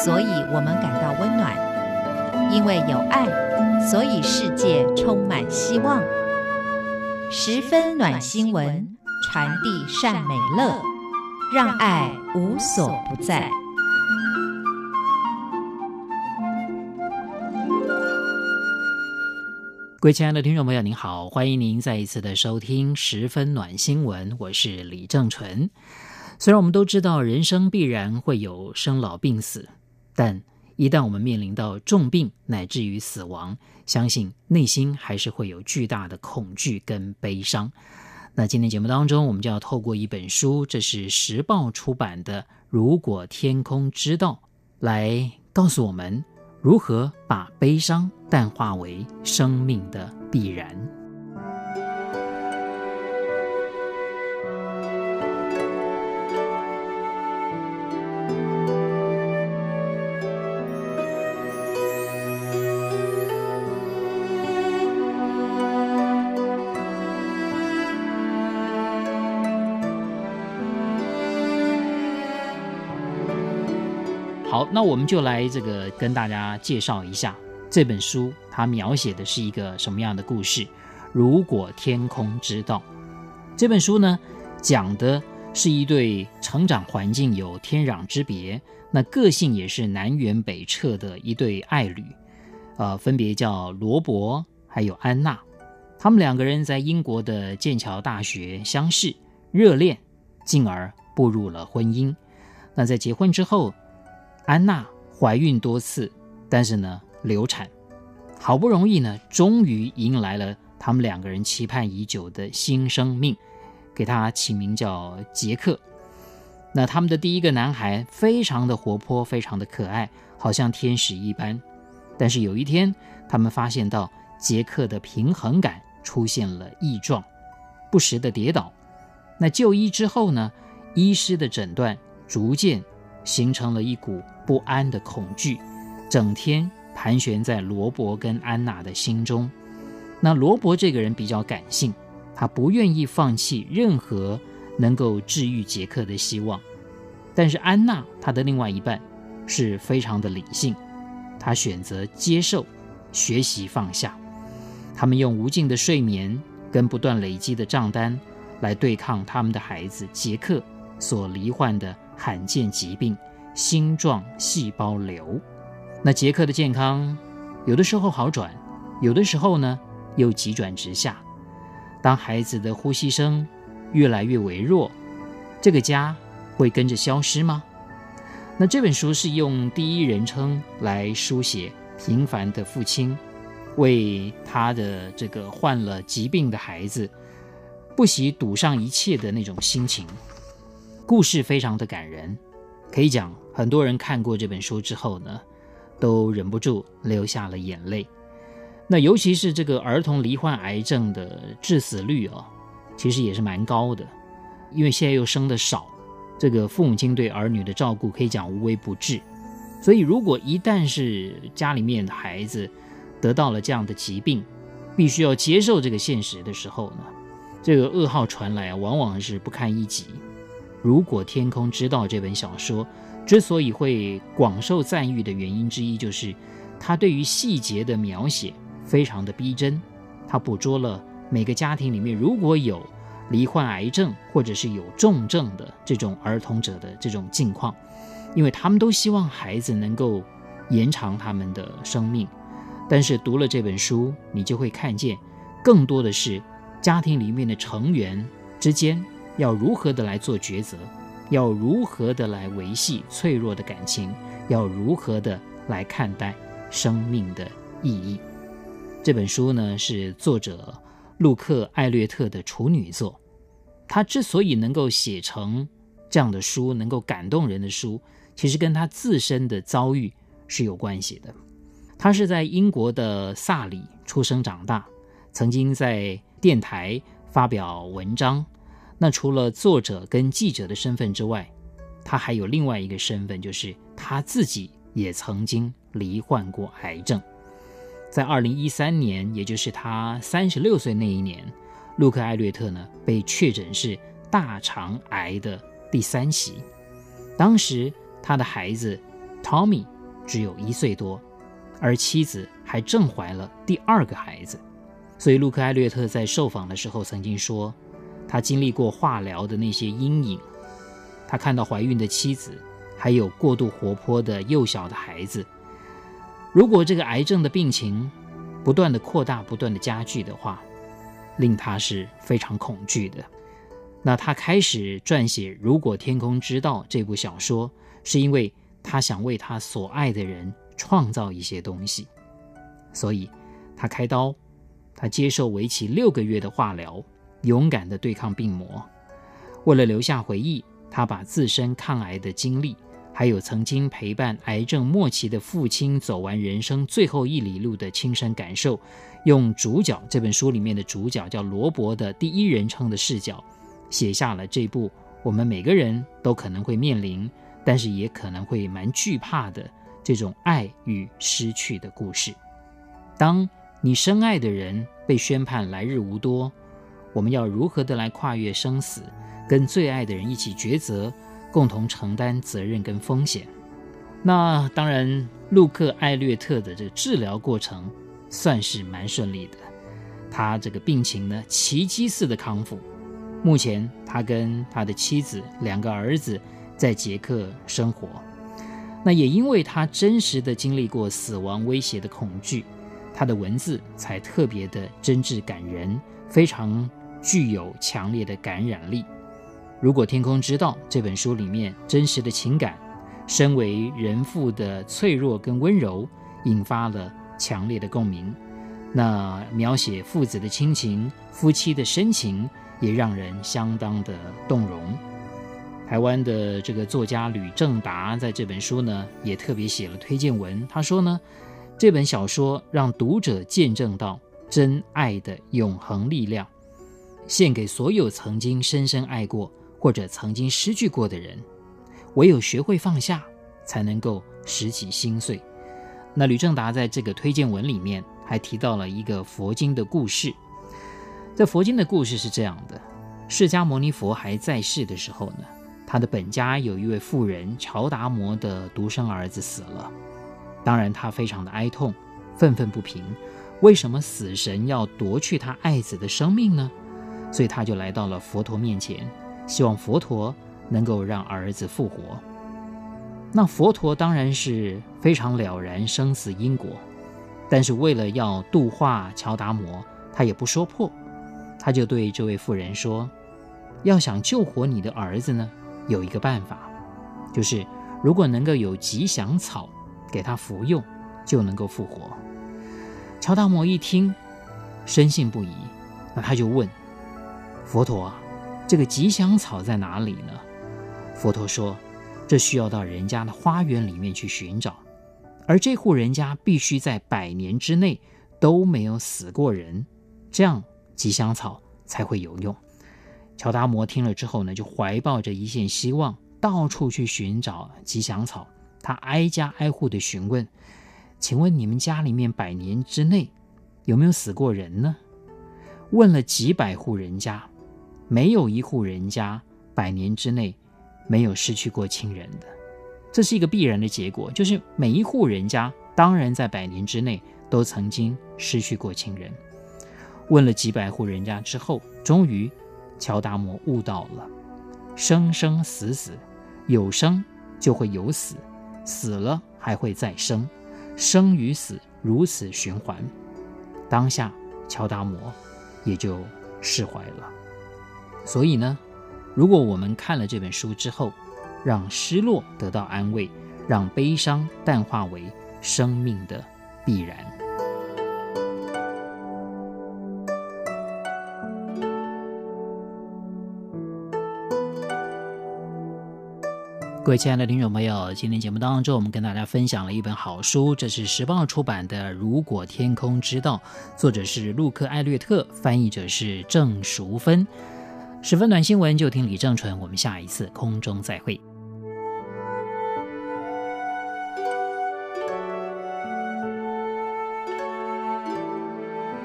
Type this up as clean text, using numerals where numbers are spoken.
所以我们感到温暖；因为有爱，所以世界充满希望。十分暖新闻，传递善美乐，让爱无所不在。 各位亲爱的听众朋友您好，欢迎您再一次的收听十分暖新闻，我是李正纯。虽然我们都知道人生必然会有生老病死，但一旦我们面临到重病乃至于死亡，相信内心还是会有巨大的恐惧跟悲伤。那今天节目当中，我们就要透过一本书，这是时报出版的《如果天空知道》，来告诉我们如何把悲伤淡化为生命的必然。好，那我们就来跟大家介绍一下这本书，它描写的是一个什么样的故事。如果天空知道，这本书呢，讲的是一对成长环境有天壤之别，那个性也是南辕北辙的一对爱侣，分别叫罗伯还有安娜。他们两个人在英国的剑桥大学相识热恋，进而步入了婚姻。那在结婚之后，安娜怀孕多次，但是呢流产，好不容易呢终于迎来了他们两个人期盼已久的新生命，给他起名叫杰克。那他们的第一个男孩非常的活泼，非常的可爱，好像天使一般。但是有一天，他们发现到杰克的平衡感出现了异状，不时的跌倒。那就医之后呢，医师的诊断逐渐形成了一股不安的恐惧，整天盘旋在罗伯跟安娜的心中。那罗伯这个人比较感性，他不愿意放弃任何能够治愈杰克的希望。但是安娜她的另外一半是非常的理性，她选择接受，学习放下。他们用无尽的睡眠跟不断累积的账单来对抗他们的孩子杰克所罹患的罕见疾病星状细胞瘤。那杰克的健康有的时候好转，有的时候呢又急转直下。当孩子的呼吸声越来越微弱，这个家会跟着消失吗？那这本书是用第一人称来书写平凡的父亲为他的这个患了疾病的孩子不惜赌上一切的那种心情。故事非常的感人，可以讲很多人看过这本书之后呢，都忍不住流下了眼泪。那尤其是这个儿童罹患癌症的致死率其实也是蛮高的，因为现在又生得少，这个父母亲对儿女的照顾可以讲无微不至。所以如果一旦是家里面的孩子得到了这样的疾病，必须要接受这个现实的时候呢，这个噩耗传来往往是不堪一击。如果天空知道这本小说之所以会广受赞誉的原因之一，就是它对于细节的描写非常的逼真。它捕捉了每个家庭里面如果有罹患癌症或者是有重症的这种儿童者的这种境况，因为他们都希望孩子能够延长他们的生命。但是读了这本书，你就会看见更多的是家庭里面的成员之间要如何的来做抉择，要如何的来维系脆弱的感情，要如何的来看待生命的意义。这本书呢是作者路克·艾略特的处女作。他之所以能够写成这样的书，能够感动人的书，其实跟他自身的遭遇是有关系的。他是在英国的萨里出生长大，曾经在电台发表文章。那除了作者跟记者的身份之外，他还有另外一个身份，就是他自己也曾经罹患过癌症。在2013年，也就是他36岁那一年，路克·艾略特呢被确诊是大肠癌的第3期。当时他的孩子 Tommy 只有1岁多，而妻子还正怀了第2个孩子。所以路克·艾略特在受访的时候曾经说，他经历过化疗的那些阴影，他看到怀孕的妻子还有过度活泼的幼小的孩子，如果这个癌症的病情不断的扩大，不断的加剧的话，令他是非常恐惧的。那他开始撰写《如果天空知道》这部小说，是因为他想为他所爱的人创造一些东西，所以他开刀，他接受为期6个月的化疗，勇敢地对抗病魔。为了留下回忆，他把自身抗癌的经历，还有曾经陪伴癌症末期的父亲走完人生最后1里路的亲身感受，用主角，这本书里面的主角叫罗伯的第1人称的视角，写下了这部我们每个人都可能会面临，但是也可能会蛮惧怕的这种爱与失去的故事。当你深爱的人被宣判来日无多，我们要如何的来跨越生死，跟最爱的人一起抉择，共同承担责任跟风险。那当然路克·艾略特的这个治疗过程算是蛮顺利的，他这个病情呢奇迹似的康复。目前他跟他的妻子2个儿子在捷克生活。那也因为他真实的经历过死亡威胁的恐惧，他的文字才特别的真挚感人，非常具有强烈的感染力。如果天空知道这本书里面真实的情感，身为人父的脆弱跟温柔，引发了强烈的共鸣。那描写父子的亲情，夫妻的深情，也让人相当的动容。台湾的这个作家吕正达在这本书呢也特别写了推荐文，他说呢，这本小说让读者见证到真爱的永恒力量，献给所有曾经深深爱过或者曾经失去过的人，唯有学会放下，才能够拾起心碎。那吕正达在这个推荐文里面还提到了一个佛经的故事。这佛经的故事是这样的，释迦牟尼佛还在世的时候呢，他的本家有一位妇人乔达摩的独生儿子死了，当然他非常的哀痛，愤愤不平，为什么死神要夺去他爱子的生命呢？所以他就来到了佛陀面前，希望佛陀能够让儿子复活。那佛陀当然是非常了然生死因果，但是为了要度化乔达摩，他也不说破，他就对这位妇人说，要想救活你的儿子呢，有一个办法，就是如果能够有吉祥草给他服用，就能够复活。乔达摩一听深信不疑，那他就问佛陀啊，这个吉祥草在哪里呢？佛陀说，这需要到人家的花园里面去寻找，而这户人家必须在100年之内都没有死过人，这样吉祥草才会有用。乔达摩听了之后呢，就怀抱着一线希望，到处去寻找吉祥草。他挨家挨户的询问，请问你们家里面100年之内有没有死过人呢？问了几百户人家，没有一户人家100年之内没有失去过亲人的。这是一个必然的结果，就是每一户人家当然在100年之内都曾经失去过亲人。问了几百户人家之后，终于乔达摩悟到了，生生死死，有生就会有死，死了还会再生，生与死如此循环。当下乔达摩也就释怀了。所以呢，如果我们看了这本书之后，让失落得到安慰，让悲伤淡化为生命的必然。各位亲爱的听众朋友，今天节目当中我们跟大家分享了一本好书，这是时报出版的《如果天空知道》，作者是路克·艾略特，翻译者是郑淑芬。10分暖新闻就听李正淳，我们下一次空中再会。